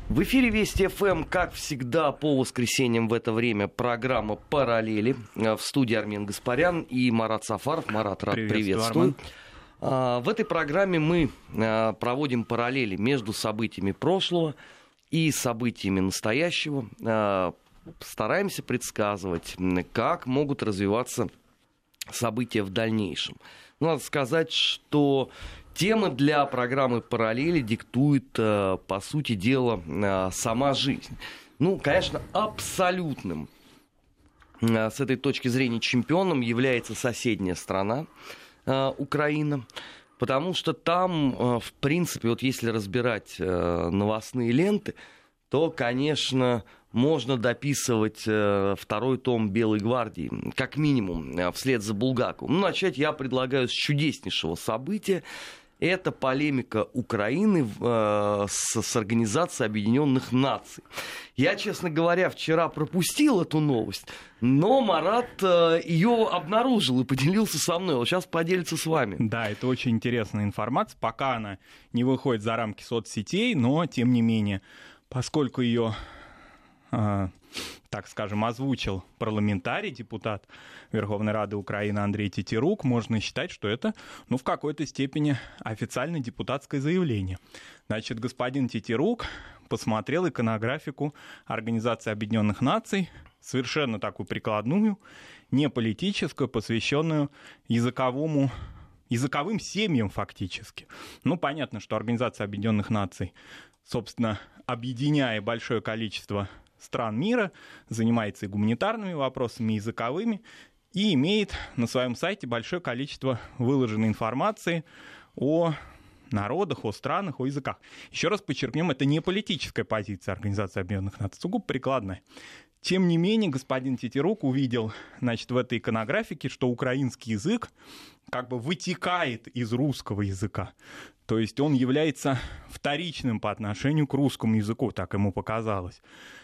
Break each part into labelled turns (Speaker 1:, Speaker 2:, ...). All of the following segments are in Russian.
Speaker 1: В эфире Вести ФМ, как всегда, по воскресеньям в это время программа «Параллели». В студии Армен Гаспарян и Марат Сафаров. Марат, рад приветствую. В этой программе мы проводим параллели между событиями прошлого и событиями настоящего. Стараемся предсказывать, как могут развиваться события в дальнейшем. Надо сказать, что темы для программы «Параллели» диктует, по сути дела, сама жизнь. Конечно, абсолютным с этой точки зрения чемпионом является соседняя страна, Украина. Потому что там, в принципе, вот если разбирать новостные ленты, то, конечно, можно дописывать второй том «Белой гвардии», как минимум, вслед за Булгаковым. Начать я предлагаю с чудеснейшего события. Это полемика Украины с Организацией Объединенных Наций. Я, честно говоря, вчера пропустил эту новость, но Марат ее обнаружил и поделился со мной. Вот сейчас поделится с вами.
Speaker 2: Да, это очень интересная информация. Пока она не выходит за рамки соцсетей, но, тем не менее, поскольку ее, так скажем, озвучил парламентарий, депутат Верховной Рады Украины Андрей Тетерук, можно считать, что это, в какой-то степени официальное депутатское заявление. Значит, господин Тетерук посмотрел иконографику Организации Объединенных Наций, совершенно такую прикладную, не политическую, посвященную языковым семьям фактически. Понятно, что Организация Объединенных Наций, собственно, объединяя большое количество стран мира, занимается и гуманитарными вопросами, и языковыми, и имеет на своем сайте большое количество выложенной информации о народах, о странах, о языках. Еще раз подчеркнем, это не политическая позиция Организации Объединенных Наций, сугубо прикладная. Тем не менее, господин Тетерук увидел, в этой иконографике, что украинский язык как бы вытекает из русского языка. То есть он является вторичным по отношению к русскому языку, так ему показалось.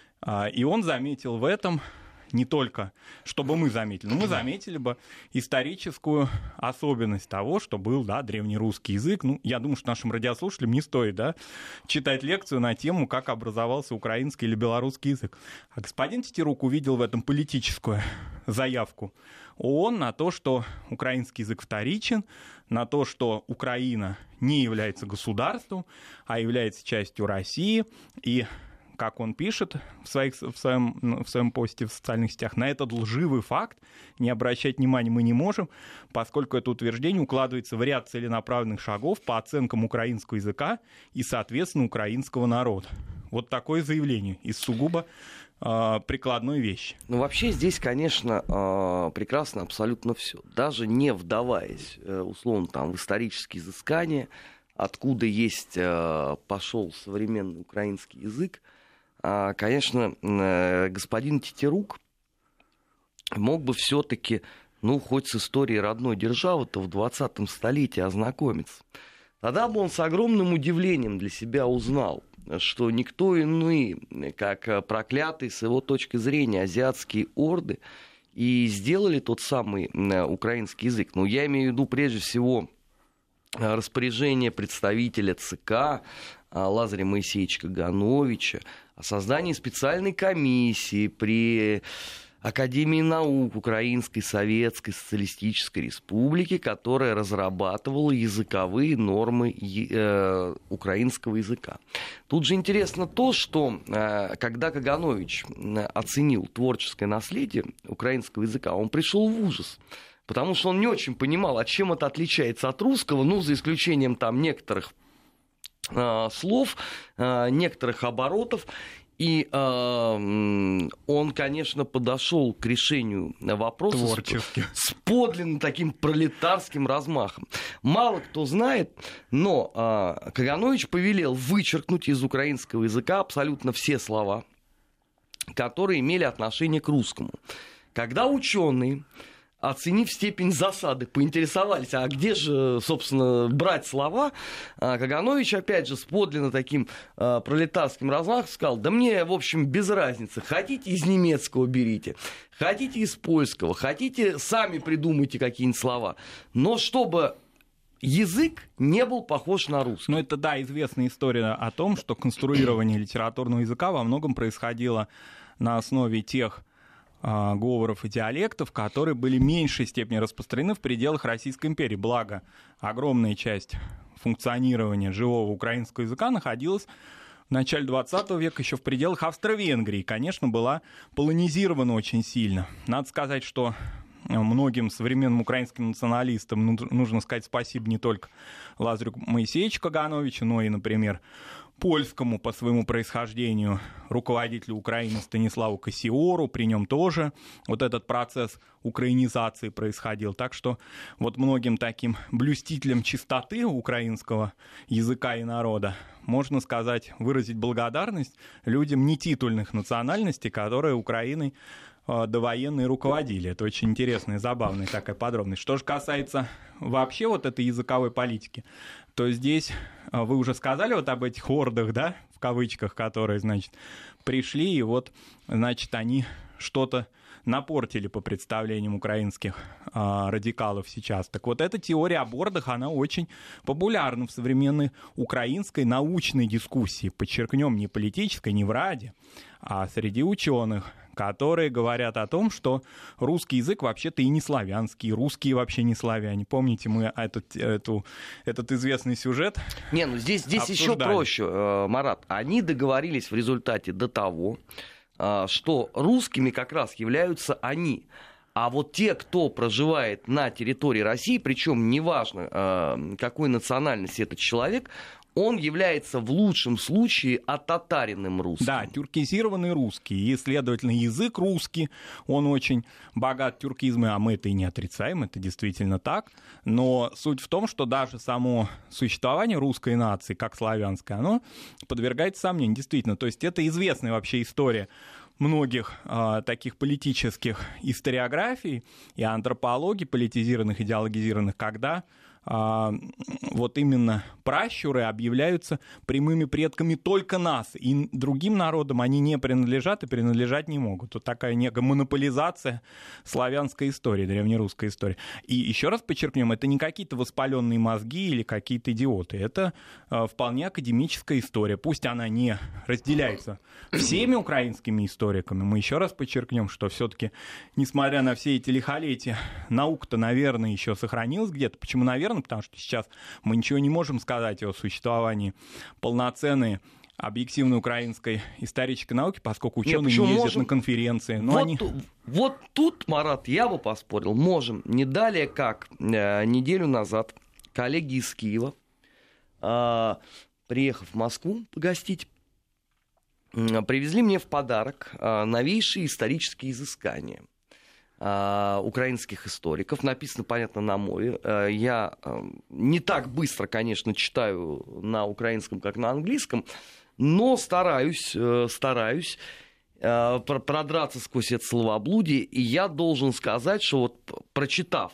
Speaker 2: И он заметил в этом не только, чтобы мы заметили, но мы заметили бы историческую особенность того, что был, древнерусский язык. Я думаю, что нашим радиослушателям не стоит, читать лекцию на тему, как образовался украинский или белорусский язык. А господин Тетерук увидел в этом политическую заявку ООН на то, что украинский язык вторичен, на то, что Украина не является государством, а является частью России, и как он пишет в своем посте в социальных сетях, на этот лживый факт не обращать внимания мы не можем, поскольку это утверждение укладывается в ряд целенаправленных шагов по оценкам украинского языка и, соответственно, украинского народа. Вот такое заявление из сугубо прикладной вещи.
Speaker 1: Вообще здесь, конечно, прекрасно абсолютно все. Даже не вдаваясь, условно, в исторические изыскания, откуда пошел современный украинский язык, конечно, господин Тетерук мог бы все-таки, хоть с историей родной державы-то в 20 столетии ознакомиться. Тогда бы он с огромным удивлением для себя узнал, что никто иной, как проклятые с его точки зрения азиатские орды, и сделали тот самый украинский язык. Я имею в виду прежде всего распоряжение представителя ЦК Лазаря Моисеевича Кагановича о создании специальной комиссии при Академии наук Украинской Советской Социалистической Республики, которая разрабатывала языковые нормы украинского языка. Тут же интересно то, что когда Каганович оценил творческое наследие украинского языка, он пришел в ужас. Потому что он не очень понимал, чем это отличается от русского, за исключением некоторых слов, некоторых оборотов. И он, конечно, подошел к решению вопроса с подлинно таким пролетарским размахом. Мало кто знает, но Каганович повелел вычеркнуть из украинского языка абсолютно все слова, которые имели отношение к русскому. Когда ученые, оценив степень засады, поинтересовались, а где же, собственно, брать слова, Каганович, опять же, с подлинно таким пролетарским размахом сказал: да мне, в общем, без разницы, хотите из немецкого берите, хотите из польского, хотите сами придумайте какие-нибудь слова, но чтобы язык не был похож на русский.
Speaker 2: Ну, это, да, известная история о том, что конструирование литературного языка во многом происходило на основе тех говоров и диалектов, которые были в меньшей степени распространены в пределах Российской империи. Благо, огромная часть функционирования живого украинского языка находилась в начале 20 века еще в пределах Австро-Венгрии. Конечно, была полонизирована очень сильно. Надо сказать, что многим современным украинским националистам нужно сказать спасибо не только Лазарю Моисеевичу Кагановичу, но и, например, польскому по своему происхождению руководителю Украины Станиславу Кассиору. При нем тоже вот этот процесс украинизации происходил. Так что вот многим таким блюстителям чистоты украинского языка и народа можно сказать, выразить благодарность людям нетитульных национальностей, которые Украиной довоенные руководили. Это очень интересная, забавная такая подробность. Что же касается вообще вот этой языковой политики, то здесь вы уже сказали вот об этих ордах, да, в кавычках, которые, значит, пришли, и вот, значит, они что-то напортили по представлениям украинских радикалов сейчас. Так вот, эта теория об ордах, она очень популярна в современной украинской научной дискуссии. Подчеркнем, не политической, не в Раде, а среди ученых, которые говорят о том, что русский язык вообще-то и не славянский, русские вообще не славяне. Помните, мы этот известный сюжет
Speaker 1: Не, ну здесь еще проще, Марат. Они договорились в результате до того, что русскими как раз являются они. А вот те, кто проживает на территории России, причем неважно, какой национальности этот человек, он является в лучшем случае ататаренным русским.
Speaker 2: Да, тюркизированный русский. И, следовательно, язык русский, он очень богат тюркизмом, а мы это и не отрицаем, это действительно так. Но суть в том, что даже само существование русской нации, как славянской, оно подвергается сомнению. Действительно, то есть это известная вообще история многих таких политических историографий и антропологий, политизированных, идеологизированных, когда вот именно пращуры объявляются прямыми предками только нас, и другим народам они не принадлежат и принадлежать не могут. Вот такая некая монополизация славянской истории, древнерусской истории. И еще раз подчеркнем, это не какие-то воспаленные мозги или какие-то идиоты, это вполне академическая история. Пусть она не разделяется всеми украинскими историками, мы еще раз подчеркнем, что все-таки, несмотря на все эти лихолетия, наука-то, наверное, еще сохранилась где-то. Почему, наверное? Потому что сейчас мы ничего не можем сказать о существовании полноценной объективной украинской исторической науки, поскольку ученые не ездят на конференции. Но
Speaker 1: вот тут, Марат, я бы поспорил, можем. Не далее, как неделю назад коллеги из Киева, приехав в Москву погостить, привезли мне в подарок новейшие исторические изыскания украинских историков. Написано, понятно, на мове. Я не так быстро, конечно, читаю на украинском, как на английском, но стараюсь продраться сквозь это словоблудие. И я должен сказать, что вот прочитав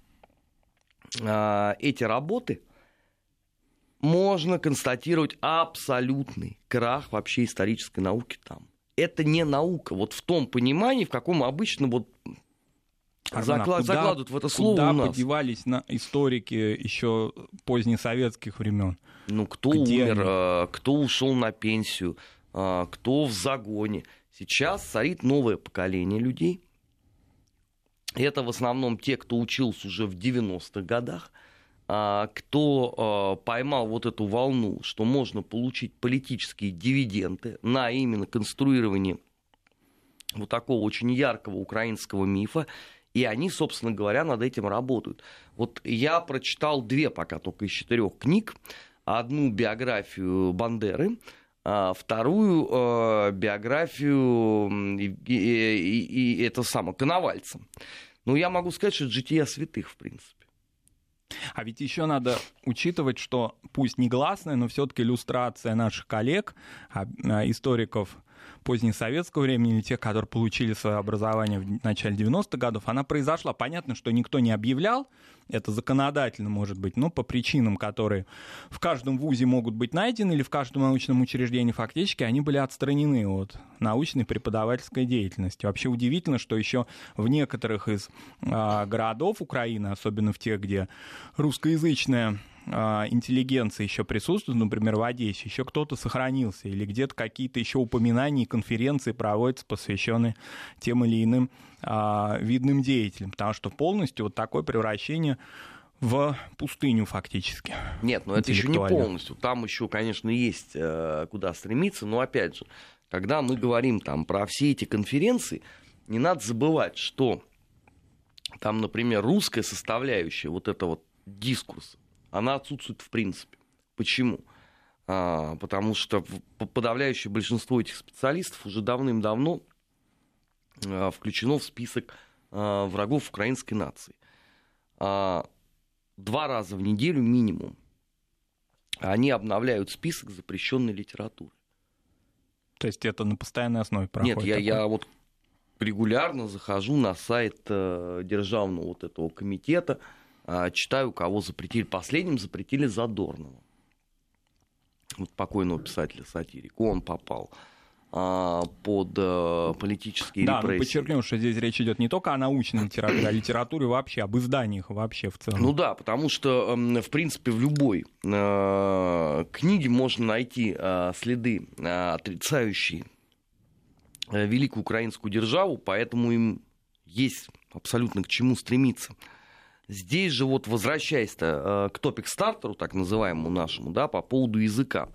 Speaker 1: эти работы, можно констатировать абсолютный крах вообще исторической науки там. Это не наука, вот в том понимании, в каком обычно вот закладывают в это слово
Speaker 2: куда
Speaker 1: у нас.
Speaker 2: Подевались историки еще позднесоветских времен?
Speaker 1: Ну, кто умер, кто ушел на пенсию, кто в загоне. Сейчас царит новое поколение людей. Это в основном те, кто учился уже в 90-х годах, кто поймал вот эту волну, что можно получить политические дивиденды на именно конструировании вот такого очень яркого украинского мифа. И они, собственно говоря, над этим работают. Вот я прочитал 2 пока только из 4 книг. Одну биографию Бандеры, вторую биографию Коновальца. Ну, я могу сказать, что это жития святых, в принципе.
Speaker 2: А ведь еще надо учитывать, что пусть негласная, но все-таки иллюстрация наших коллег, историков позднесоветского времени, или тех, которые получили свое образование в начале 90-х годов, она произошла. Понятно, что никто не объявлял, это законодательно может быть, но по причинам, которые в каждом вузе могут быть найдены, или в каждом научном учреждении фактически, они были отстранены от научной преподавательской деятельности. Вообще удивительно, что еще в некоторых из городов Украины, особенно в тех, где русскоязычная интеллигенция еще присутствует, например, в Одессе, еще кто-то сохранился, или где-то какие-то еще упоминания и конференции проводятся, посвященные тем или иным видным деятелям, потому что полностью вот такое превращение в пустыню фактически.
Speaker 1: Нет, но это еще не полностью. Там еще, конечно, есть куда стремиться, но опять же, когда мы говорим там про все эти конференции, не надо забывать, что там, например, русская составляющая вот этого вот дискурса, она отсутствует в принципе. Почему? Потому что подавляющее большинство этих специалистов уже давным-давно включено в список врагов украинской нации. 2 раза в неделю минимум они обновляют список запрещенной литературы.
Speaker 2: То есть это на постоянной основе проходит?
Speaker 1: Нет, я вот регулярно захожу на сайт державного вот этого комитета, читаю, кого запретили. Последним запретили Задорнова, вот покойного писателя-сатирика. Он попал под политические репрессии. Да,
Speaker 2: подчеркнем, что здесь речь идет не только о научной литературе, а о литературе вообще, об изданиях вообще в целом.
Speaker 1: Ну да, потому что, в принципе, в любой книге можно найти следы, отрицающие великую украинскую державу, поэтому им есть абсолютно к чему стремиться. Здесь же вот, возвращаясь-то к топик-стартеру, так называемому нашему, да, по поводу языка.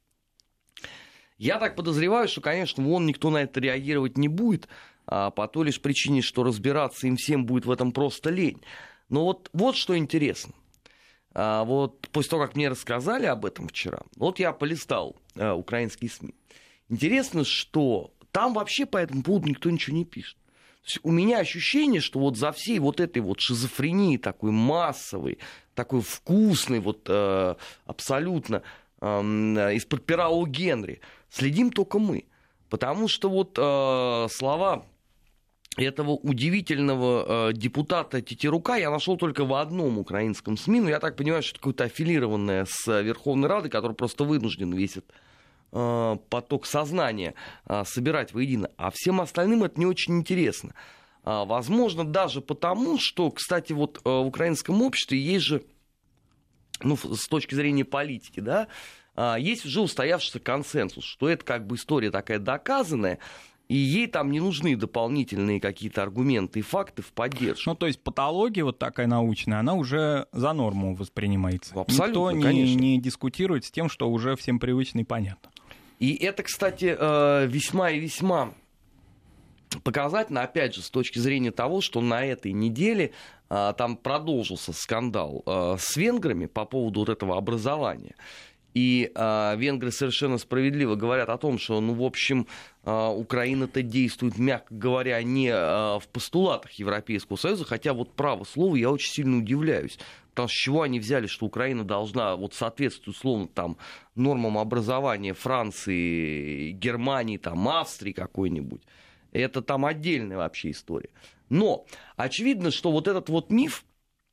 Speaker 1: Я так подозреваю, что, конечно, вон никто на это реагировать не будет, по той лишь причине, что разбираться им всем будет в этом просто лень. Но вот что интересно. Вот после того, как мне рассказали об этом вчера, вот я полистал украинские СМИ. Интересно, что там вообще по этому поводу никто ничего не пишет. То есть у меня ощущение, что вот за всей вот этой вот шизофренией такой массовой, такой вкусной, вот абсолютно из-под пера О. Генри следим только мы. Потому что вот слова этого удивительного депутата Тетерука я нашел только в одном украинском СМИ, но я так понимаю, что это какое-то аффилированное с Верховной Радой, который просто вынужден весь этот поток сознания собирать воедино. А всем остальным это не очень интересно. Возможно, даже потому, что, кстати, вот в украинском обществе есть же, ну, с точки зрения политики, да, есть уже устоявшийся консенсус, что это как бы история такая доказанная, и ей там не нужны дополнительные какие-то аргументы и факты в поддержку.
Speaker 2: Ну, то есть патология вот такая научная, она уже за норму воспринимается.
Speaker 1: Абсолютно,
Speaker 2: никто не дискутирует с тем, что уже всем привычно и понятно.
Speaker 1: И это, кстати, весьма и весьма показательно, опять же, с точки зрения того, что на этой неделе там продолжился скандал с венграми по поводу вот этого образования. И венгры совершенно справедливо говорят о том, что, ну, в общем, Украина-то действует, мягко говоря, не в постулатах Европейского Союза, хотя вот право слова я очень сильно удивляюсь. Потому что с чего они взяли, что Украина должна вот соответствовать, условно, там, нормам образования Франции, Германии, там, Австрии какой-нибудь. Это там отдельная вообще история. Но очевидно, что вот этот вот миф,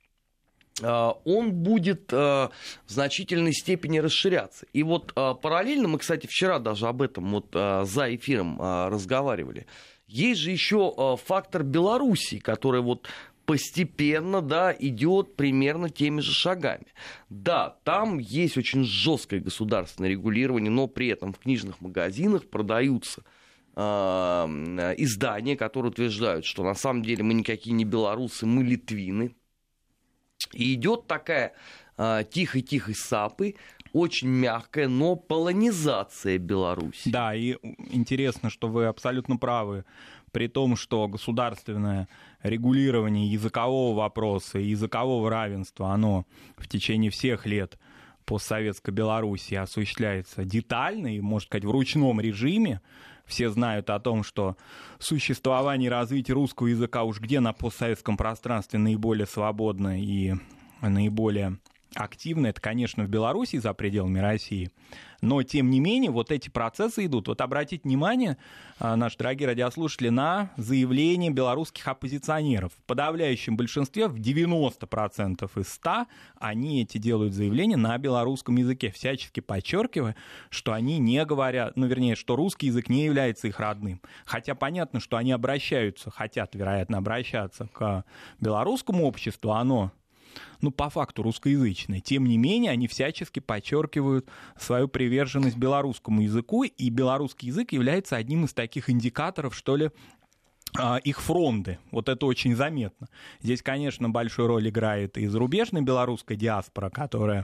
Speaker 1: он будет в значительной степени расширяться. И вот параллельно, мы, кстати, вчера даже об этом вот за эфиром разговаривали, есть же еще фактор Белоруссии, который вот постепенно, да, идет примерно теми же шагами. Да, там есть очень жесткое государственное регулирование, но при этом в книжных магазинах продаются издания, которые утверждают, что на самом деле мы никакие не белорусы, мы литвины. И идет такая тихой-тихой сапой, очень мягкая, но полонизация Беларуси.
Speaker 2: Да, и интересно, что вы абсолютно правы. При том, что государственное регулирование языкового вопроса и языкового равенства, оно в течение всех лет постсоветской Белоруссии осуществляется детально и, можно сказать, в ручном режиме. Все знают о том, что существование и развитие русского языка уж где на постсоветском пространстве наиболее свободно и наиболее активно, это, конечно, в Беларуси за пределами России, но, тем не менее, вот эти процессы идут. Вот обратите внимание, наши дорогие радиослушатели, на заявления белорусских оппозиционеров. В подавляющем большинстве, в 90% из 100, они эти делают заявления на белорусском языке, всячески подчеркивая, что они не говорят, что русский язык не является их родным. Хотя понятно, что они хотят, вероятно, обращаться к белорусскому обществу, оно по факту русскоязычные. Тем не менее, они всячески подчеркивают свою приверженность белорусскому языку, и белорусский язык является одним из таких индикаторов, что ли, их фронты. Вот это очень заметно. Здесь, конечно, большую роль играет и зарубежная белорусская диаспора, которая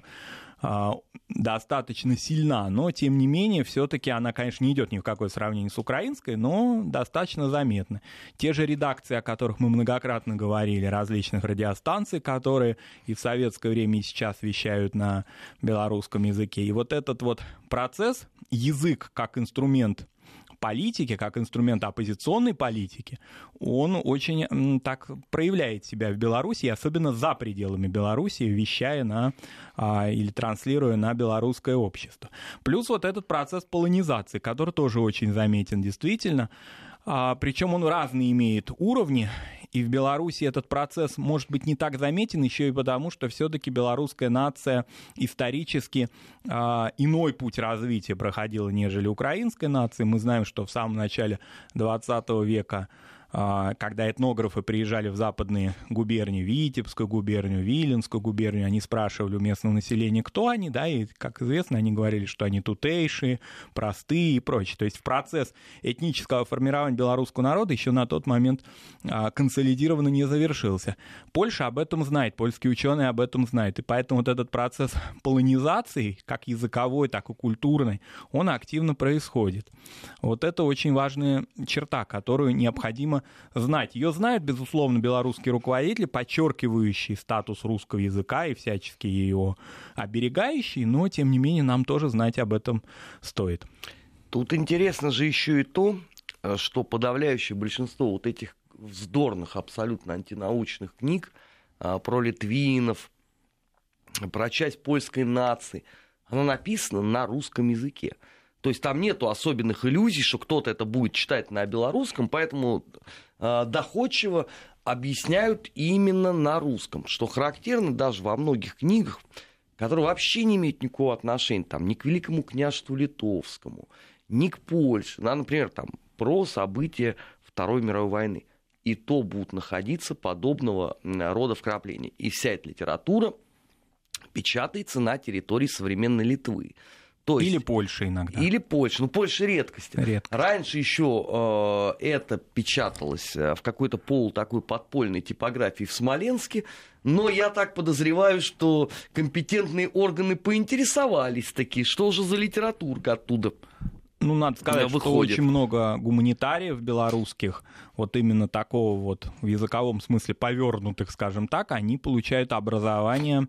Speaker 2: достаточно сильна, но, тем не менее, все-таки она, конечно, не идет ни в какое сравнение с украинской, но достаточно заметна. Те же редакции, о которых мы многократно говорили, различных радиостанций, которые и в советское время, и сейчас вещают на белорусском языке. И вот этот вот процесс, язык как инструмент политики, как инструмент оппозиционной политики, он очень так проявляет себя в Беларуси, особенно за пределами Беларуси, вещая или транслируя на белорусское общество. Плюс вот этот процесс полонизации, который тоже очень заметен действительно, причем он разные имеет уровни, и в Беларуси этот процесс может быть не так заметен еще и потому, что все-таки белорусская нация исторически иной путь развития проходила, нежели украинская нация. Мы знаем, что в самом начале 20 века, когда этнографы приезжали в западные губернии, Витебскую губернию, Виленскую губернию, они спрашивали у местного населения, кто они, да, и, как известно, они говорили, что они тутейшие, простые и прочее. То есть в процесс этнического формирования белорусского народа еще на тот момент консолидированно не завершился. Польша об этом знает, польские ученые об этом знают, и поэтому вот этот процесс полонизации, как языковой, так и культурной, он активно происходит. Вот это очень важная черта, которую необходимо знать. Ее знают, безусловно, белорусские руководители, подчеркивающие статус русского языка и всячески его оберегающие, но, тем не менее, нам тоже знать об этом стоит.
Speaker 1: Тут интересно же еще и то, что подавляющее большинство вот этих вздорных, абсолютно антинаучных книг про литвинов, про часть польской нации, она написана на русском языке. То есть там нету особенных иллюзий, что кто-то это будет читать на белорусском, поэтому доходчиво объясняют именно на русском, что характерно даже во многих книгах, которые вообще не имеют никакого отношения там, ни к Великому княжеству Литовскому, ни к Польше, например, там, про события Второй мировой войны. И то будут находиться подобного рода вкрапления. И вся эта литература печатается на территории современной Литвы. То есть,
Speaker 2: или Польша иногда.
Speaker 1: Или Польша. Польша редкость. Раньше еще это печаталось в какой-то такой подпольной типографии в Смоленске, но я так подозреваю, что компетентные органы поинтересовались таки, что же за литературка оттуда
Speaker 2: надо сказать,
Speaker 1: выходит.
Speaker 2: Что очень много гуманитариев белорусских, вот именно такого вот в языковом смысле повернутых, скажем так, они получают образование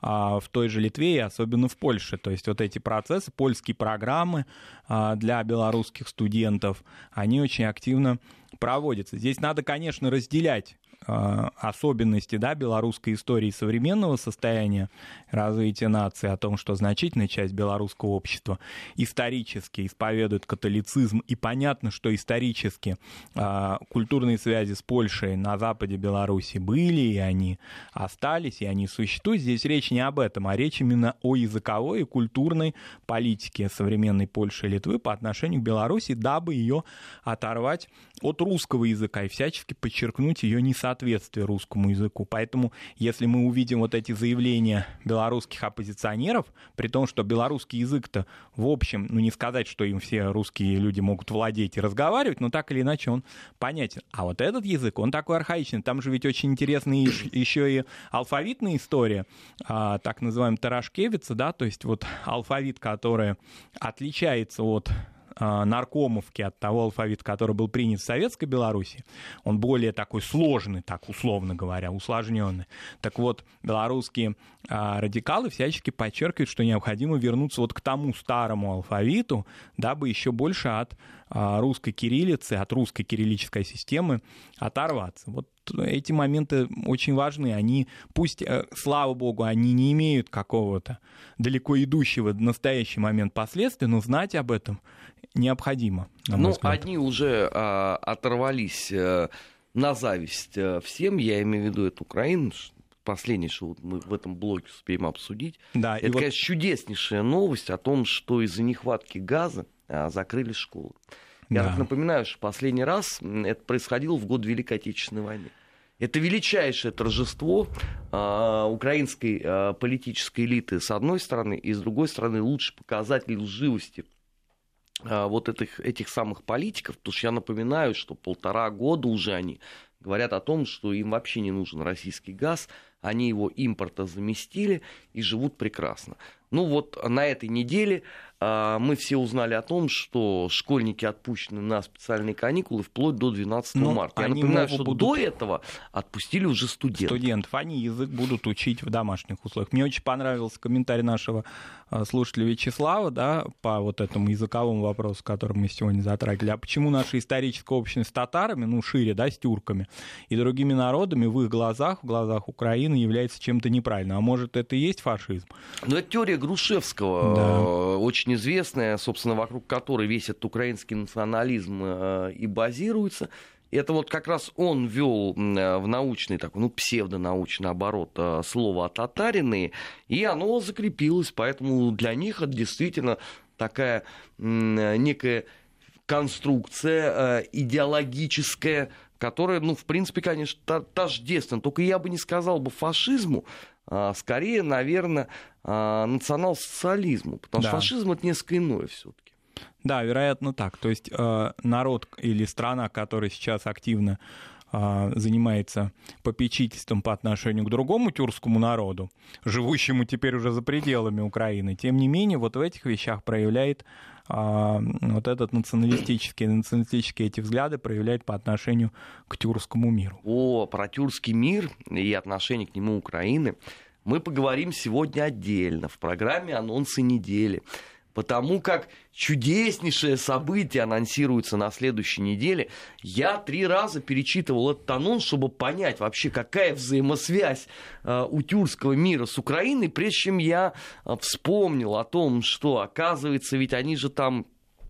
Speaker 2: в той же Литве и особенно в Польше. То есть вот эти процессы, польские программы для белорусских студентов, они очень активно проводятся. Здесь надо, конечно, разделять особенности, да, белорусской истории современного состояния развития нации, о том, что значительная часть белорусского общества исторически исповедует католицизм, и понятно, что исторически культурные связи с Польшей на западе Беларуси были, и они остались, и они существуют. Здесь речь не об этом, а речь именно о языковой и культурной политике современной Польши и Литвы по отношению к Беларуси, дабы ее оторвать от русского языка и всячески подчеркнуть ее несоответствие русскому языку. Поэтому, если мы увидим вот эти заявления белорусских оппозиционеров, при том, что белорусский язык-то, в общем, не сказать, что им все русские люди могут владеть и разговаривать, но так или иначе он понятен. А вот этот язык, он такой архаичный. Там же ведь очень интересная еще и алфавитная история, так называемая Тарашкевица, да, то есть вот алфавит, который отличается от наркомовки, от того алфавита, который был принят в Советской Беларуси, он более такой сложный, так условно говоря, усложненный. Так вот, белорусские радикалы всячески подчеркивают, что необходимо вернуться вот к тому старому алфавиту, дабы еще больше русской кириллицы, от русской кириллической системы оторваться. Вот эти моменты очень важны. Они, пусть, слава богу, они не имеют какого-то далеко идущего в настоящий момент последствий, но знать об этом необходимо, на мой взгляд.
Speaker 1: Одни уже оторвались на зависть всем, я имею в виду эту Украину. Последнее, что вот мы в этом блоке успеем обсудить.
Speaker 2: Да,
Speaker 1: это, конечно, чудеснейшая новость о том, что из-за нехватки газа закрыли школы. Я так напоминаю, что последний раз это происходило в год Великой Отечественной войны. Это величайшее торжество украинской политической элиты с одной стороны, и с другой стороны лучший показатель лживости вот этих самых политиков, потому что я напоминаю, что 1,5 года уже они говорят о том, что им вообще не нужен российский газ, они его импорта заместили и живут прекрасно. Ну вот на этой неделе мы все узнали о том, что школьники отпущены на специальные каникулы вплоть до 12 марта. Я напоминаю, что до этого отпустили уже студентов.
Speaker 2: Они язык будут учить в домашних условиях. Мне очень понравился комментарий нашего слушателя Вячеслава, да, по вот этому языковому вопросу, который мы сегодня затрагивали. А почему наша историческая общность с татарами, ну, шире, да, с тюрками и другими народами в их глазах, в глазах Украины является чем-то неправильным? А может, это и есть фашизм?
Speaker 1: Ну, это теория Грушевского, да, очень известная, собственно, вокруг которой весь этот украинский национализм и базируется. Это вот как раз он ввел в научный, такой, ну, псевдонаучный оборот слово «татарины», и оно закрепилось, поэтому для них это действительно такая некая конструкция идеологическая, которая, ну, в принципе, конечно, тождественна. Только я бы не сказал бы фашизму, скорее, наверное, национал-социализму, потому что фашизм — это несколько иное все-таки.
Speaker 2: Да, вероятно, так. То есть народ или страна, которая сейчас активно занимается попечительством по отношению к другому тюркскому народу, живущему теперь уже за пределами Украины, тем не менее, вот в этих вещах проявляет вот этот националистические эти взгляды проявляет по отношению к тюркскому миру.
Speaker 1: Про тюркский мир и отношение к нему Украины мы поговорим сегодня отдельно в программе «Анонсы недели». Потому как чудеснейшее событие анонсируется на следующей неделе. Я 3 раза перечитывал этот анонс, чтобы понять вообще, какая взаимосвязь у тюркского мира с Украиной, прежде чем я вспомнил о том, что, оказывается, ведь они же там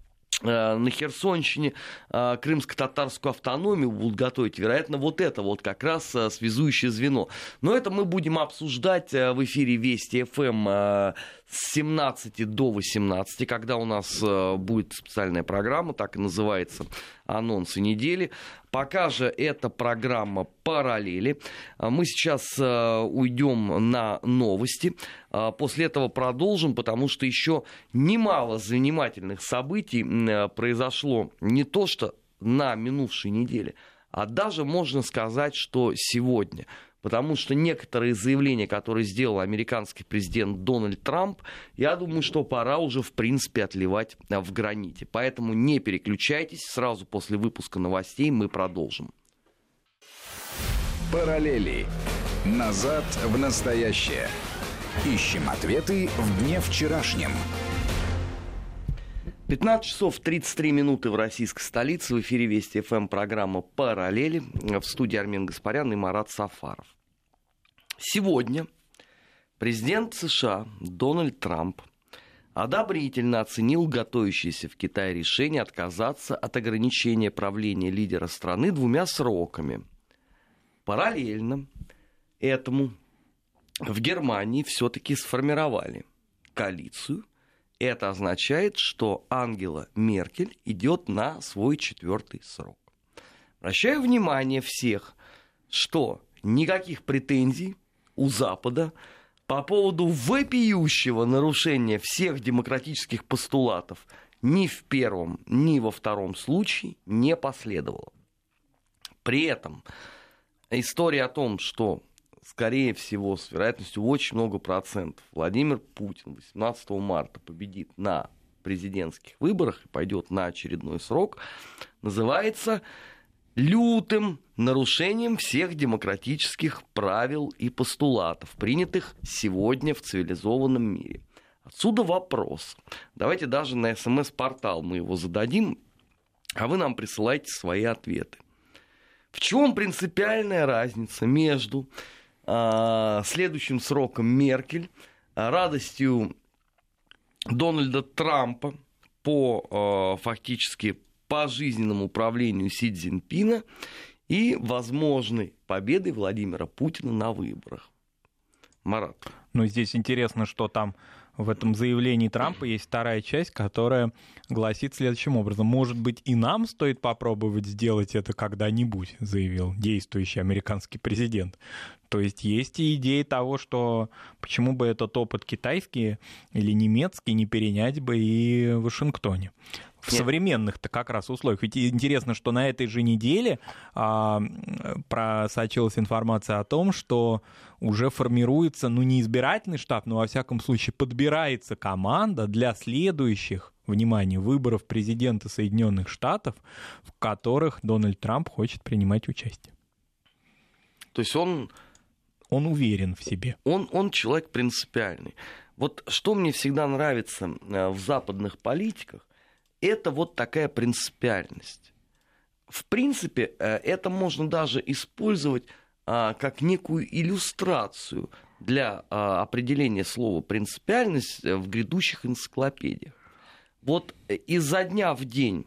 Speaker 1: на Херсонщине крымско-татарскую автономию будут готовить. Вероятно, вот это вот как раз связующее звено. Но это мы будем обсуждать в эфире Вести ФМ с 17 до 18, когда у нас будет специальная программа, так и называется «Анонсы недели». Пока же эта программа «Параллели». Мы сейчас уйдем на новости. После этого продолжим, потому что еще немало занимательных событий произошло не то что на минувшей неделе, а даже можно сказать, что сегодня. Потому что некоторые заявления, которые сделал американский президент Дональд Трамп, я думаю, что пора уже, в принципе, отливать в граните. Поэтому не переключайтесь, сразу после выпуска новостей мы продолжим.
Speaker 3: Параллели. Назад в настоящее. Ищем ответы в дне вчерашнем.
Speaker 1: 15 часов 33 минуты в российской столице. В эфире Вести ФМ программа «Параллели». В студии Армен Гаспарян и Марат Сафаров. Сегодня президент США Дональд Трамп одобрительно оценил готовящееся в Китае решение отказаться от ограничения правления лидера страны 2 сроками. Параллельно этому в Германии все-таки сформировали коалицию. Это означает, что Ангела Меркель идет на свой 4-й срок. Обращаю внимание всех, что никаких претензий у Запада по поводу вопиющего нарушения всех демократических постулатов ни в первом, ни во втором случае не последовало. При этом история о том, что, скорее всего, с вероятностью очень много процентов, Владимир Путин 18 марта победит на президентских выборах и пойдет на очередной срок, называется лютым нарушением всех демократических правил и постулатов, принятых сегодня в цивилизованном мире. Отсюда вопрос. Давайте даже на СМС-портал мы его зададим. а вы нам присылаете свои ответы. В чем принципиальная разница между следующим сроком Меркель, радостью Дональда Трампа по фактически пожизненному управлению Си Цзиньпина и возможной победой Владимира Путина на выборах? Марат.
Speaker 2: Ну, здесь интересно, что там в этом заявлении Трампа есть вторая часть, которая гласит следующим образом. Может быть, и нам стоит попробовать сделать это когда-нибудь, заявил действующий американский президент. То есть есть и идеи того, что почему бы этот опыт китайский или немецкий не перенять бы и в Вашингтоне. В современных-то как раз условиях. Ведь интересно, что на этой же неделе просочилась информация о том, что уже формируется, ну, не избирательный штаб, но, во всяком случае, подбирается команда для следующих, внимание, выборов президента Соединенных Штатов, в которых Дональд Трамп хочет принимать участие.
Speaker 1: То есть он
Speaker 2: уверен в себе.
Speaker 1: Он человек принципиальный. Вот что мне всегда нравится в западных политиках, это вот такая принципиальность. В принципе, это можно даже использовать как некую иллюстрацию для определения слова «принципиальность» в грядущих энциклопедиях. Вот изо дня в день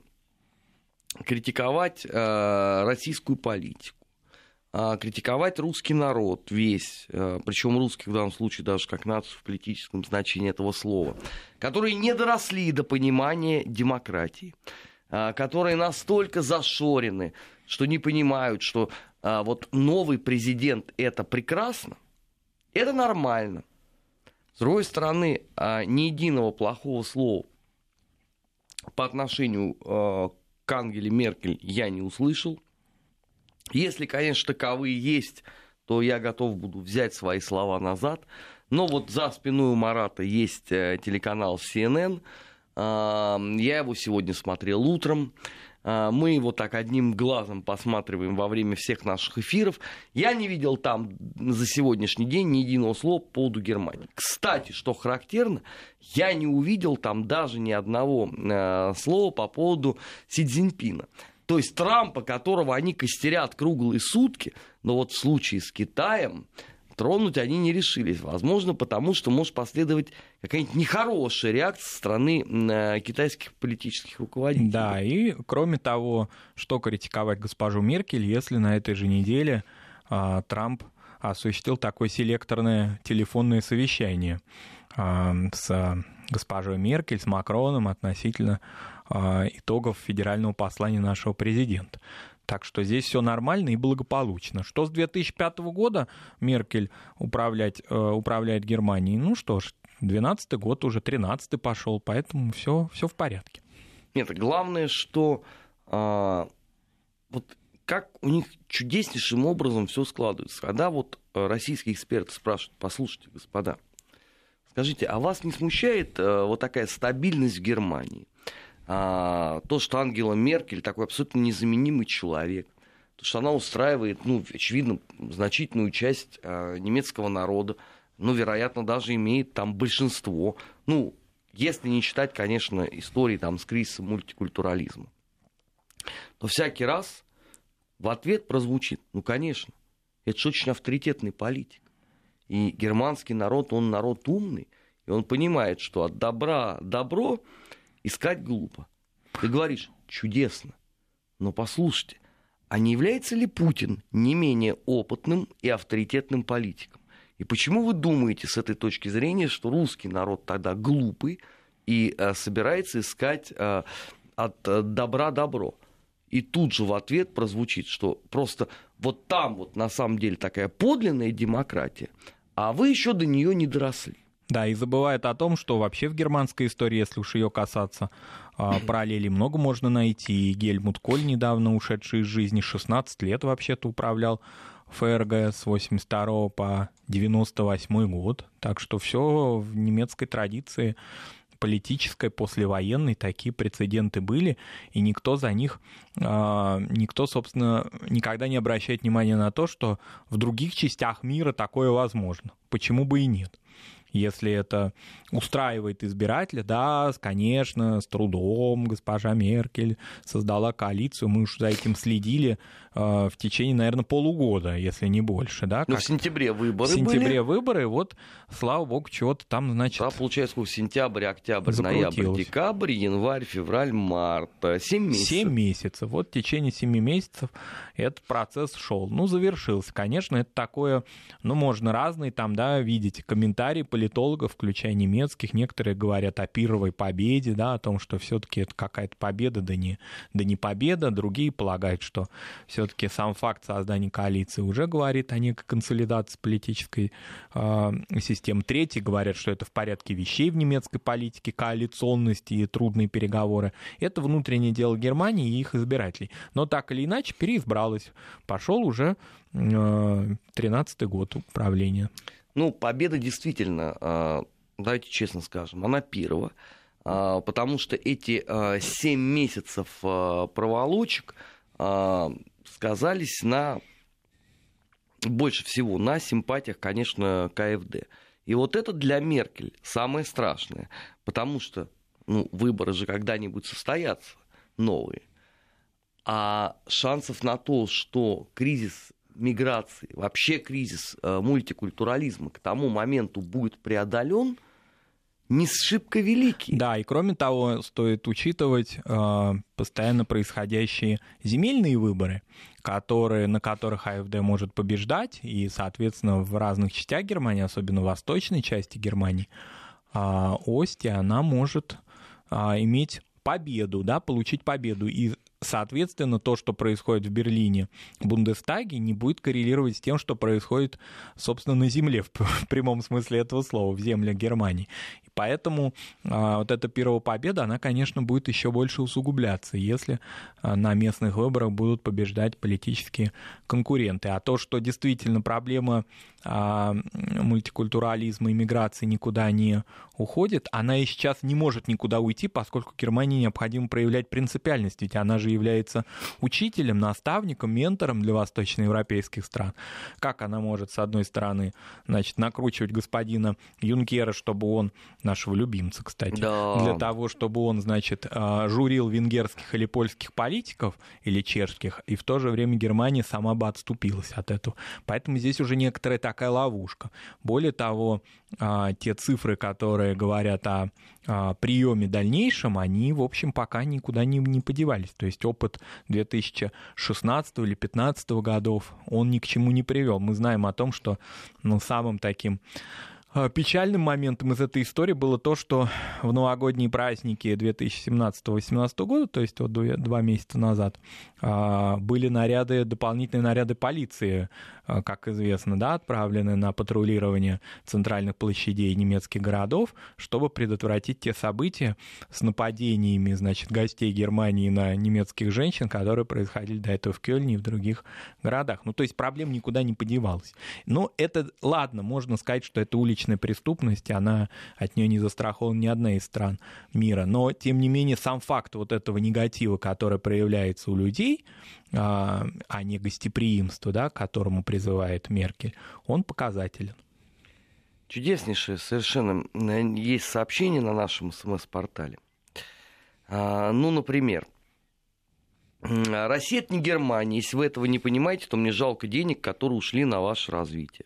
Speaker 1: критиковать российскую политику, критиковать русский народ весь, причем русских в данном случае даже как нацию в политическом значении этого слова, которые не доросли до понимания демократии, которые настолько зашорены, что не понимают, что вот новый президент — это прекрасно, это нормально. С другой стороны, ни единого плохого слова по отношению к Ангеле Меркель я не услышал. Если, конечно, таковые есть, то я готов буду взять свои слова назад. Но вот за спиной у Марата есть телеканал CNN. Я его сегодня смотрел утром. Мы его так одним глазом посматриваем во время всех наших эфиров. Я не видел там за сегодняшний день ни единого слова по поводу Германии. Кстати, что характерно, я не увидел там даже ни одного слова по поводу Си Цзиньпина. То есть Трампа, которого они костерят круглые сутки, но вот в случае с Китаем тронуть они не решились. Возможно, потому что может последовать какая-нибудь нехорошая реакция со стороны китайских политических руководителей.
Speaker 2: Да, и кроме того, что критиковать госпожу Меркель, если на этой же неделе Трамп осуществил такое селекторное телефонное совещание с госпожой Меркель, с Макроном относительно итогов федерального послания нашего президента. Так что здесь все нормально и благополучно. Что с 2005 года Меркель управляет Германией? Ну что ж, 12-й год, уже 13-й пошел, поэтому все в порядке.
Speaker 1: Нет, главное, что вот как у них чудеснейшим образом все складывается. Когда вот российские эксперты спрашивают: послушайте, господа, скажите, а вас не смущает вот такая стабильность в Германии? То, что Ангела Меркель такой абсолютно незаменимый человек, то, что она устраивает, очевидно, значительную часть немецкого народа, вероятно, даже имеет там большинство, если не считать, конечно, истории там с кризисом мультикультурализма, то всякий раз в ответ прозвучит: конечно, это же очень авторитетный политик, и германский народ, он народ умный, и он понимает, что от добра добро искать глупо. Ты говоришь: чудесно. Но послушайте, а не является ли Путин не менее опытным и авторитетным политиком? И почему вы думаете с этой точки зрения, что русский народ тогда глупый и собирается искать от добра добро? И тут же в ответ прозвучит, что просто вот там вот на самом деле такая подлинная демократия, а вы еще до нее не доросли.
Speaker 2: Да, и забывает о том, что вообще в германской истории, если уж ее касаться, параллелей много можно найти. И Гельмут Коль, недавно ушедший из жизни, 16 лет вообще-то управлял ФРГ с 82 по 98 год. Так что все в немецкой традиции политической, послевоенной, такие прецеденты были, и никто, собственно, никогда не обращает внимания на то, что в других частях мира такое возможно. Почему бы и нет? если это устраивает избирателя, да, конечно, с трудом госпожа Меркель создала коалицию, мы уж за этим следили в течение, наверное, полугода, если не больше, да.
Speaker 1: Ну, в сентябре выборы были.
Speaker 2: В сентябре выборы, вот, слава богу, чего-то там, значит,
Speaker 1: да, получается, сентябрь, октябрь, ноябрь, декабрь, январь, февраль, март. 7 месяцев.
Speaker 2: 7 месяцев. Вот в течение 7 месяцев этот процесс шел. Ну, завершился. Конечно, это такое, ну, можно разные там, да, видеть комментарии политологов, включая немецких. Некоторые говорят о пирровой победе, да, о том, что все-таки это какая-то победа, да не победа. Другие полагают, что все-таки сам факт создания коалиции уже говорит о некой консолидации политической системы. Третьи говорят, что это в порядке вещей в немецкой политике, коалиционности и трудные переговоры. Это внутреннее дело Германии и их избирателей. Но так или иначе переизбралось. Пошел уже 13-й год правления.
Speaker 1: Ну, победа действительно, давайте честно скажем, она пирова, потому что эти 7 месяцев проволочек сказались больше всего на симпатиях, конечно, КФД. И вот это для Меркель самое страшное, потому что выборы же когда-нибудь состоятся, новые. А шансов на то, что кризис миграции, вообще кризис мультикультурализма к тому моменту будет преодолен, не шибко великий.
Speaker 2: Да, и кроме того, стоит учитывать постоянно происходящие земельные выборы, на которых АфД может побеждать, и, соответственно, в разных частях Германии, особенно в восточной части Германии, Ости, она может иметь победу, да, получить победу. И, соответственно, то, что происходит в Берлине, в Бундестаге, не будет коррелировать с тем, что происходит, собственно, на земле, в прямом смысле этого слова, в землях Германии. И поэтому вот эта первая победа, она, конечно, будет еще больше усугубляться, если на местных выборах будут побеждать политические конкуренты. А то, что действительно проблема мультикультурализма и миграции никуда не уходит, она и сейчас не может никуда уйти, поскольку Германии необходимо проявлять принципиальность, ведь она же является учителем, наставником, ментором для восточноевропейских стран. Как она может, с одной стороны, значит, накручивать господина Юнкера, чтобы он, нашего любимца, кстати, для того, чтобы он, значит, журил венгерских или польских политиков, или чешских, и в то же время Германия сама бы отступилась от этого. Поэтому здесь уже некоторая такая ловушка. Более того, те цифры, которые говорят о приеме дальнейшем, они, в общем, пока никуда не подевались. То есть опыт 2016 или 2015 годов, он ни к чему не привел. Мы знаем о том, что самым таким печальным моментом из этой истории было то, что в новогодние праздники 2017-2018 года, то есть вот 2 месяца назад, были дополнительные наряды полиции, как известно, да, отправлены на патрулирование центральных площадей немецких городов, чтобы предотвратить те события с нападениями, значит, гостей Германии на немецких женщин, которые происходили до этого в Кёльне и в других городах. Ну, то есть проблема никуда не подевалась. Но это, ладно, можно сказать, что это уличная преступность, она от нее не застрахована ни одна из стран мира. Но, тем не менее, сам факт вот этого негатива, который проявляется у людей, а не гостеприимство, да, к которому призывает Меркель, он показателен.
Speaker 1: Чудеснейшее совершенно есть сообщение на нашем СМС-портале. Например, Россия — это не Германия. Если вы этого не понимаете, то мне жалко денег, которые ушли на ваше развитие.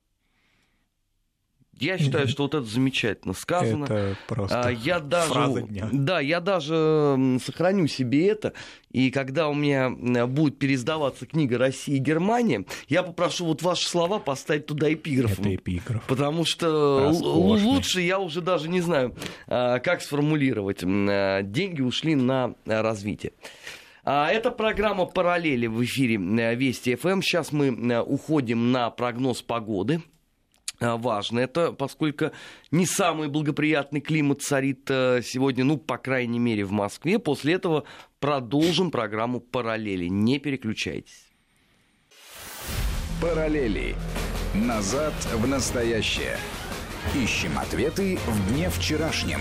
Speaker 1: Я считаю, что вот это замечательно сказано.
Speaker 2: Это просто фраза дня.
Speaker 1: Да, я даже сохраню себе это. И когда у меня будет переиздаваться книга «Россия и Германия», я попрошу вот ваши слова поставить туда эпиграфом.
Speaker 2: Это эпиграф.
Speaker 1: Потому что лучше я уже даже не знаю, как сформулировать. Деньги ушли на развитие. Это программа «Параллели» в эфире Вести ФМ. Сейчас мы уходим на прогноз погоды. Важно это, поскольку не самый благоприятный климат царит сегодня, по крайней мере, в Москве. После этого продолжим программу «Параллели». Не переключайтесь.
Speaker 3: «Параллели». Назад в настоящее. Ищем ответы в дне вчерашнем.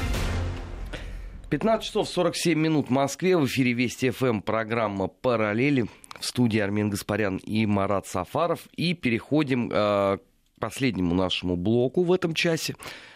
Speaker 1: 15 часов 47 минут в Москве. В эфире Вести ФМ программа «Параллели». В студии Армен Гаспарян и Марат Сафаров. И переходим к последнему нашему блоку в этом часе.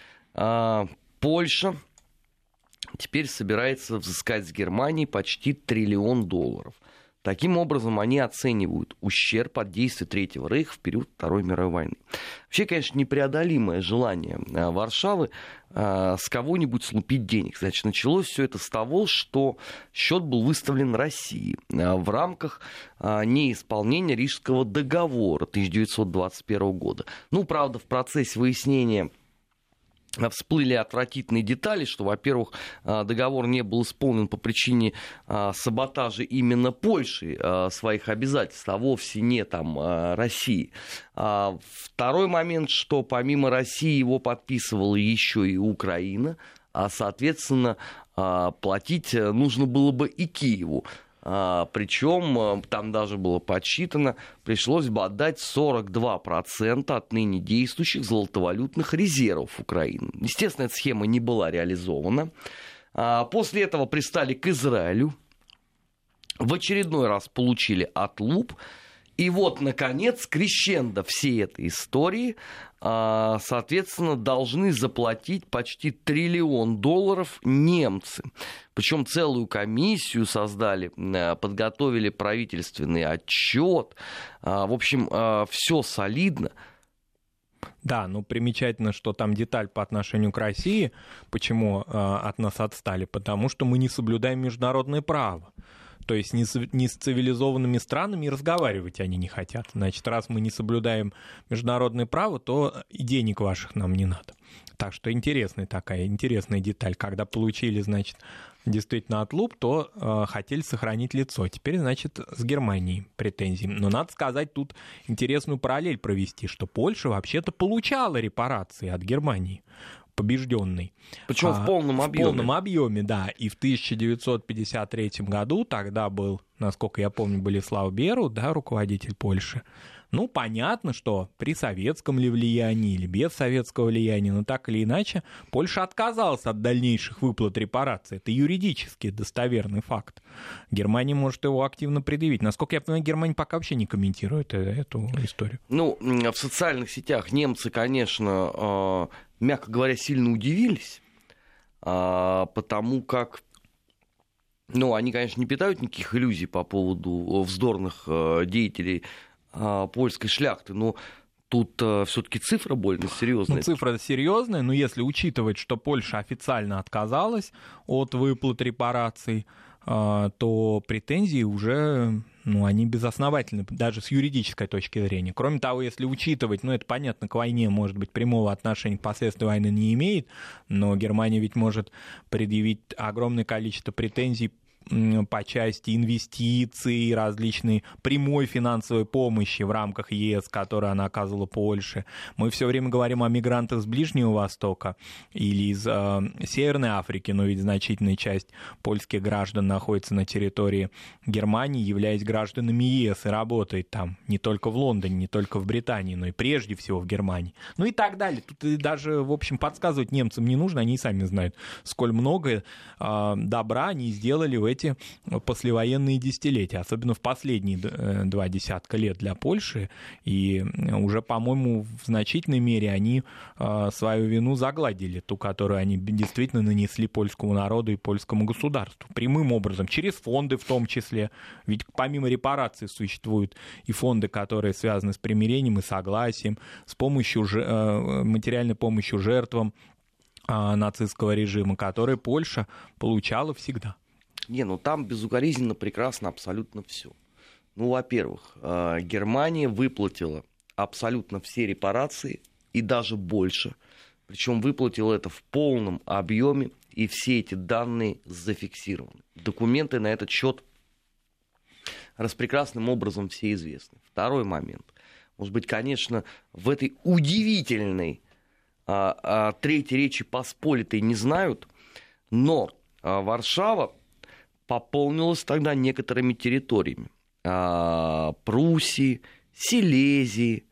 Speaker 1: Польша теперь собирается взыскать с Германии почти $1 триллион. Таким образом, они оценивают ущерб от действий Третьего рейха в период Второй мировой войны. Вообще, конечно, непреодолимое желание Варшавы с кого-нибудь слупить денег. Значит, началось все это с того, что счет был выставлен России в рамках неисполнения Рижского договора 1921 года. Ну, правда, в процессе выяснения всплыли отвратительные детали, что, во-первых, договор не был исполнен по причине саботажа именно Польши своих обязательств, а вовсе не там России. Второй момент, что помимо России его подписывала еще и Украина, а, соответственно, платить нужно было бы и Киеву. Причем, там даже было подсчитано, пришлось бы отдать 42% от ныне действующих золотовалютных резервов Украины. Естественно, эта схема не была реализована. После этого пристали к Израилю. В очередной раз получили отлуп. И вот, наконец, крещендо всей этой истории, соответственно, должны заплатить почти $1 триллион немцы. Причем целую комиссию создали, подготовили правительственный отчет. В общем, все солидно.
Speaker 2: Да, ну примечательно, что там деталь по отношению к России. Почему от нас отстали? Потому что мы не соблюдаем международное право. То есть ни с цивилизованными странами разговаривать они не хотят. Значит, раз мы не соблюдаем международное право, то и денег ваших нам не надо. Так что интересная деталь. Когда получили, значит, действительно отлуп, то хотели сохранить лицо. Теперь, значит, с Германией претензии. Но надо сказать, тут интересную параллель провести, что Польша вообще-то получала репарации от Германии. Побежденный.
Speaker 1: Причем в полном объеме.
Speaker 2: В полном объеме, да. И в 1953 году, тогда был, насколько я помню, Болеслав Беру, да, руководитель Польши. Ну, понятно, что при советском ли влиянии или без советского влияния, но так или иначе, Польша отказалась от дальнейших выплат репараций. Это юридически достоверный факт. Германия может его активно предъявить. Насколько я понимаю, Германия пока вообще не комментирует эту историю.
Speaker 1: Ну, в социальных сетях немцы, конечно, мягко говоря, сильно удивились, потому как, ну, они, конечно, не питают никаких иллюзий по поводу вздорных деятелей польской шляхты, но тут все-таки цифра больно серьезная.
Speaker 2: Ну, цифра серьезная, но если учитывать, что Польша официально отказалась от выплат репараций, то претензии уже, ну, они безосновательны, даже с юридической точки зрения. Кроме того, если учитывать, ну, это понятно, к войне, может быть, прямого отношения к последствиям войны не имеет, но Германия ведь может предъявить огромное количество претензий по части инвестиций, различной прямой финансовой помощи в рамках ЕС, которую она оказывала Польше. Мы все время говорим о мигрантах с Ближнего Востока или из Северной Африки, но ведь значительная часть польских граждан находится на территории Германии, являясь гражданами ЕС и работает там не только в Лондоне, не только в Британии, но и прежде всего в Германии. Ну и так далее. Тут даже, в общем, подсказывать немцам не нужно, они и сами знают, сколь много добра они сделали в эти послевоенные десятилетия, особенно в последние 2 десятка лет для Польши, и уже, по-моему, в значительной мере они свою вину загладили, ту, которую они действительно нанесли польскому народу и польскому государству, прямым образом, через фонды в том числе, ведь помимо репараций существуют и фонды, которые связаны с примирением и согласием, с помощью, материальной помощью жертвам нацистского режима, которые Польша получала всегда.
Speaker 1: Не, ну там безукоризненно прекрасно абсолютно все. Ну, во-первых, Германия выплатила абсолютно все репарации и даже больше. Причем выплатила это в полном объеме, и все эти данные зафиксированы. Документы на этот счет распрекрасным образом все известны. Второй момент. Может быть, конечно, в этой удивительной Третьей Речи Посполитой не знают, но Варшава пополнилась тогда некоторыми территориями. Пруссии, Силезии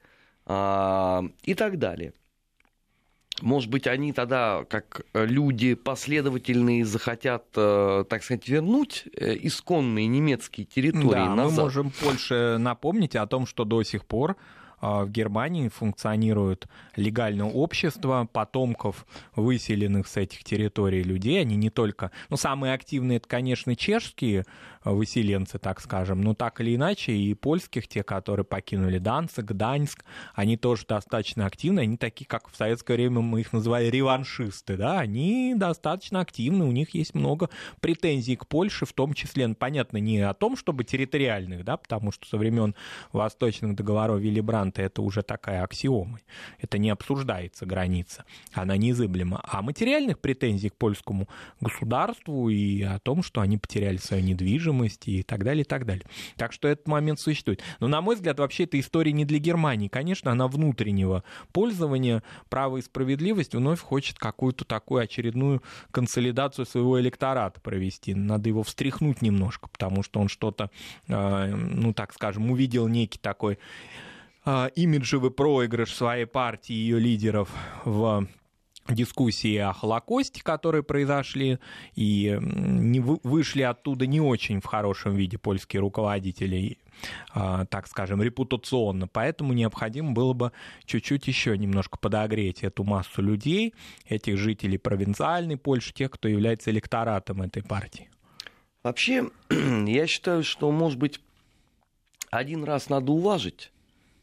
Speaker 1: и так далее. Может быть, они тогда, как люди последовательные, захотят, так сказать, вернуть исконные немецкие территории назад.
Speaker 2: Мы можем Польше напомнить о том, что до сих пор в Германии функционирует легальное общество потомков выселенных с этих территорий людей. Они не только... самые активные, это, конечно, чешские выселенцы, так скажем, но так или иначе и польских, те, которые покинули Данциг, Гданьск, они тоже достаточно активны. Они такие, как в советское время мы их называли реваншисты, да, они достаточно активны, у них есть много претензий к Польше, в том числе, понятно, не о том, чтобы территориальных, да, потому что со времен Восточных договоров Вилли Брандта это уже такая аксиома, это не обсуждается граница, она неизыблема, а материальных претензий к польскому государству и о том, что они потеряли свою недвижимость и так далее, и так далее. Так что этот момент существует. Но, на мой взгляд, вообще эта история не для Германии. Конечно, она внутреннего пользования, право и справедливость вновь хочет какую-то такую очередную консолидацию своего электората провести. Надо его встряхнуть немножко, потому что он что-то, так скажем, увидел некий такой имиджевый проигрыш своей партии и ее лидеров в дискуссии о Холокосте, которые произошли, и вышли оттуда не очень в хорошем виде польские руководители, так скажем, репутационно. Поэтому необходимо было бы чуть-чуть еще немножко подогреть эту массу людей, этих жителей провинциальной Польши, тех, кто является электоратом этой партии.
Speaker 1: Вообще, я считаю, что, может быть, один раз надо уважить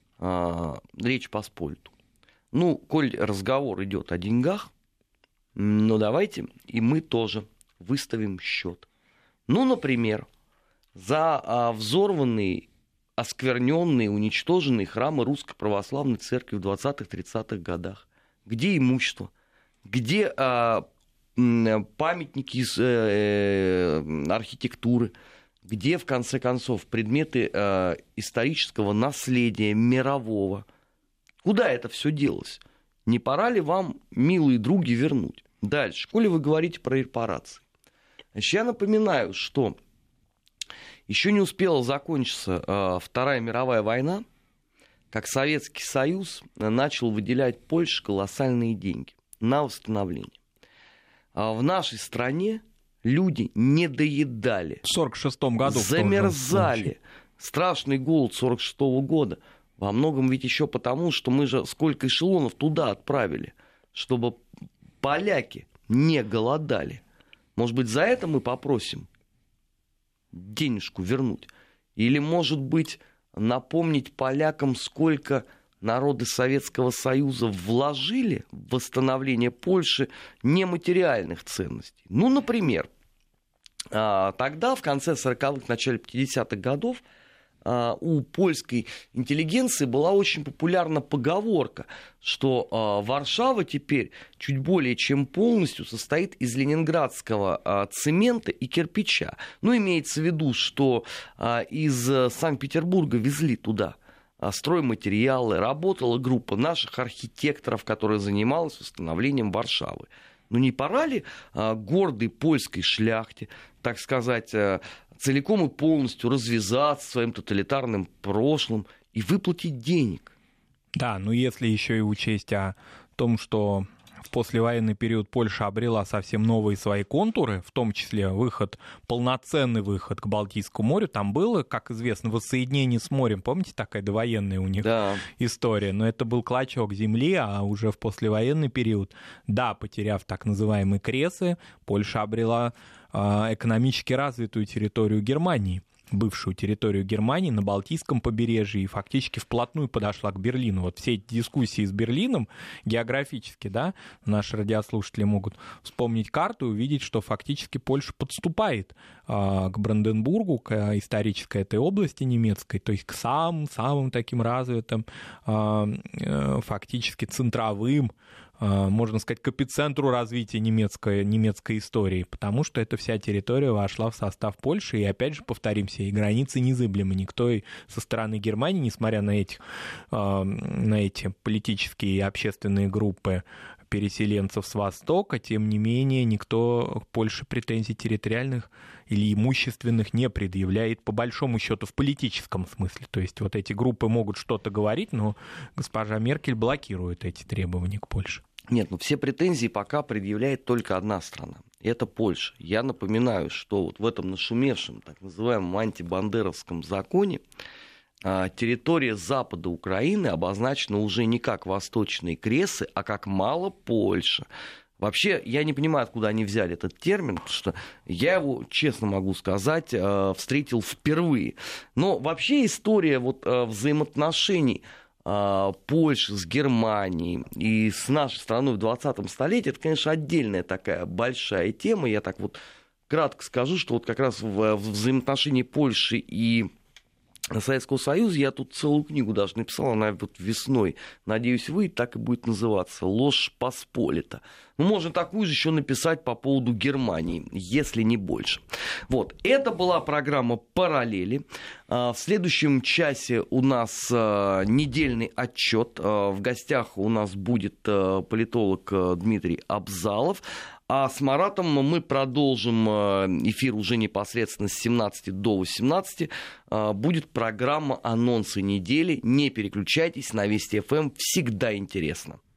Speaker 1: Речь Посполитую. Коль разговор идет о деньгах, давайте и мы тоже выставим счет. Например, за взорванные, оскверненные, уничтоженные храмы Русской Православной Церкви в 20-30-х годах. Где имущество? Где памятники из архитектуры? Где, в конце концов, предметы исторического наследия мирового? Куда это все делось? Не пора ли вам, милые други, вернуть? Дальше. Коли вы говорите про репарации. Значит, я напоминаю, что еще не успела закончиться Вторая мировая война, как Советский Союз начал выделять Польше колоссальные деньги на восстановление. В нашей стране люди не доедали.
Speaker 2: В 1946 году.
Speaker 1: Замерзали. Страшный голод 1946 года. Во многом ведь еще потому, что мы же сколько эшелонов туда отправили, чтобы поляки не голодали. Может быть, за это мы попросим денежку вернуть? Или, может быть, напомнить полякам, сколько народы Советского Союза вложили в восстановление Польши нематериальных ценностей? Например, тогда, в конце 40-х, начале 50-х годов, у польской интеллигенции была очень популярна поговорка, что Варшава теперь чуть более чем полностью состоит из ленинградского цемента и кирпича. Имеется в виду, что из Санкт-Петербурга везли туда стройматериалы, работала группа наших архитекторов, которая занималась восстановлением Варшавы. Не пора ли гордой польской шляхте, так сказать, целиком и полностью развязаться своим тоталитарным прошлым и выплатить денег?
Speaker 2: Да, если еще и учесть о том, что в послевоенный период Польша обрела совсем новые свои контуры, в том числе полноценный выход к Балтийскому морю, там было, как известно, воссоединение с морем, помните, такая довоенная у них история, но это был клочок земли, а уже в послевоенный период, потеряв так называемые кресы, Польша обрела экономически развитую территорию Германии, бывшую территорию Германии на Балтийском побережье, и фактически вплотную подошла к Берлину. Все эти дискуссии с Берлином географически, наши радиослушатели могут вспомнить карту и увидеть, что фактически Польша подступает к Бранденбургу, к исторической этой области немецкой, то есть к самым таким развитым, фактически центровым, можно сказать, к эпицентру развития немецкой истории, потому что эта вся территория вошла в состав Польши, и опять же, повторимся, и границы незыблемы. Никто со стороны Германии, несмотря на эти политические и общественные группы переселенцев с Востока, тем не менее, никто к Польше претензий территориальных или имущественных не предъявляет, по большому счету, в политическом смысле. То есть вот эти группы могут что-то говорить, но госпожа Меркель блокирует эти требования к Польше.
Speaker 1: Нет, все претензии пока предъявляет только одна страна. Это Польша. Я напоминаю, что в этом нашумевшем, так называемом антибандеровском законе территория запада Украины обозначена уже не как восточные Кресы, а как Мало-Польша. Вообще, я не понимаю, откуда они взяли этот термин, потому что я его, честно могу сказать, встретил впервые. Но вообще история взаимоотношений Польши с Германией и с нашей страной в 20-м столетии, это, конечно, отдельная такая большая тема. Я так вот кратко скажу, что вот как раз в взаимоотношении Польши и Советского Союза я тут целую книгу даже написал, она вот весной, надеюсь, выйдет, так и будет называться «Ложь Посполита». Ну, можно такую же еще написать по поводу Германии, если не больше. Вот, это была программа «Параллели». В следующем часе у нас недельный отчет. В гостях у нас будет политолог Дмитрий Абзалов. А с Маратом мы продолжим эфир уже непосредственно с 17 до 18. Будет программа «Анонсы недели». Не переключайтесь, на Вести ФМ всегда интересно.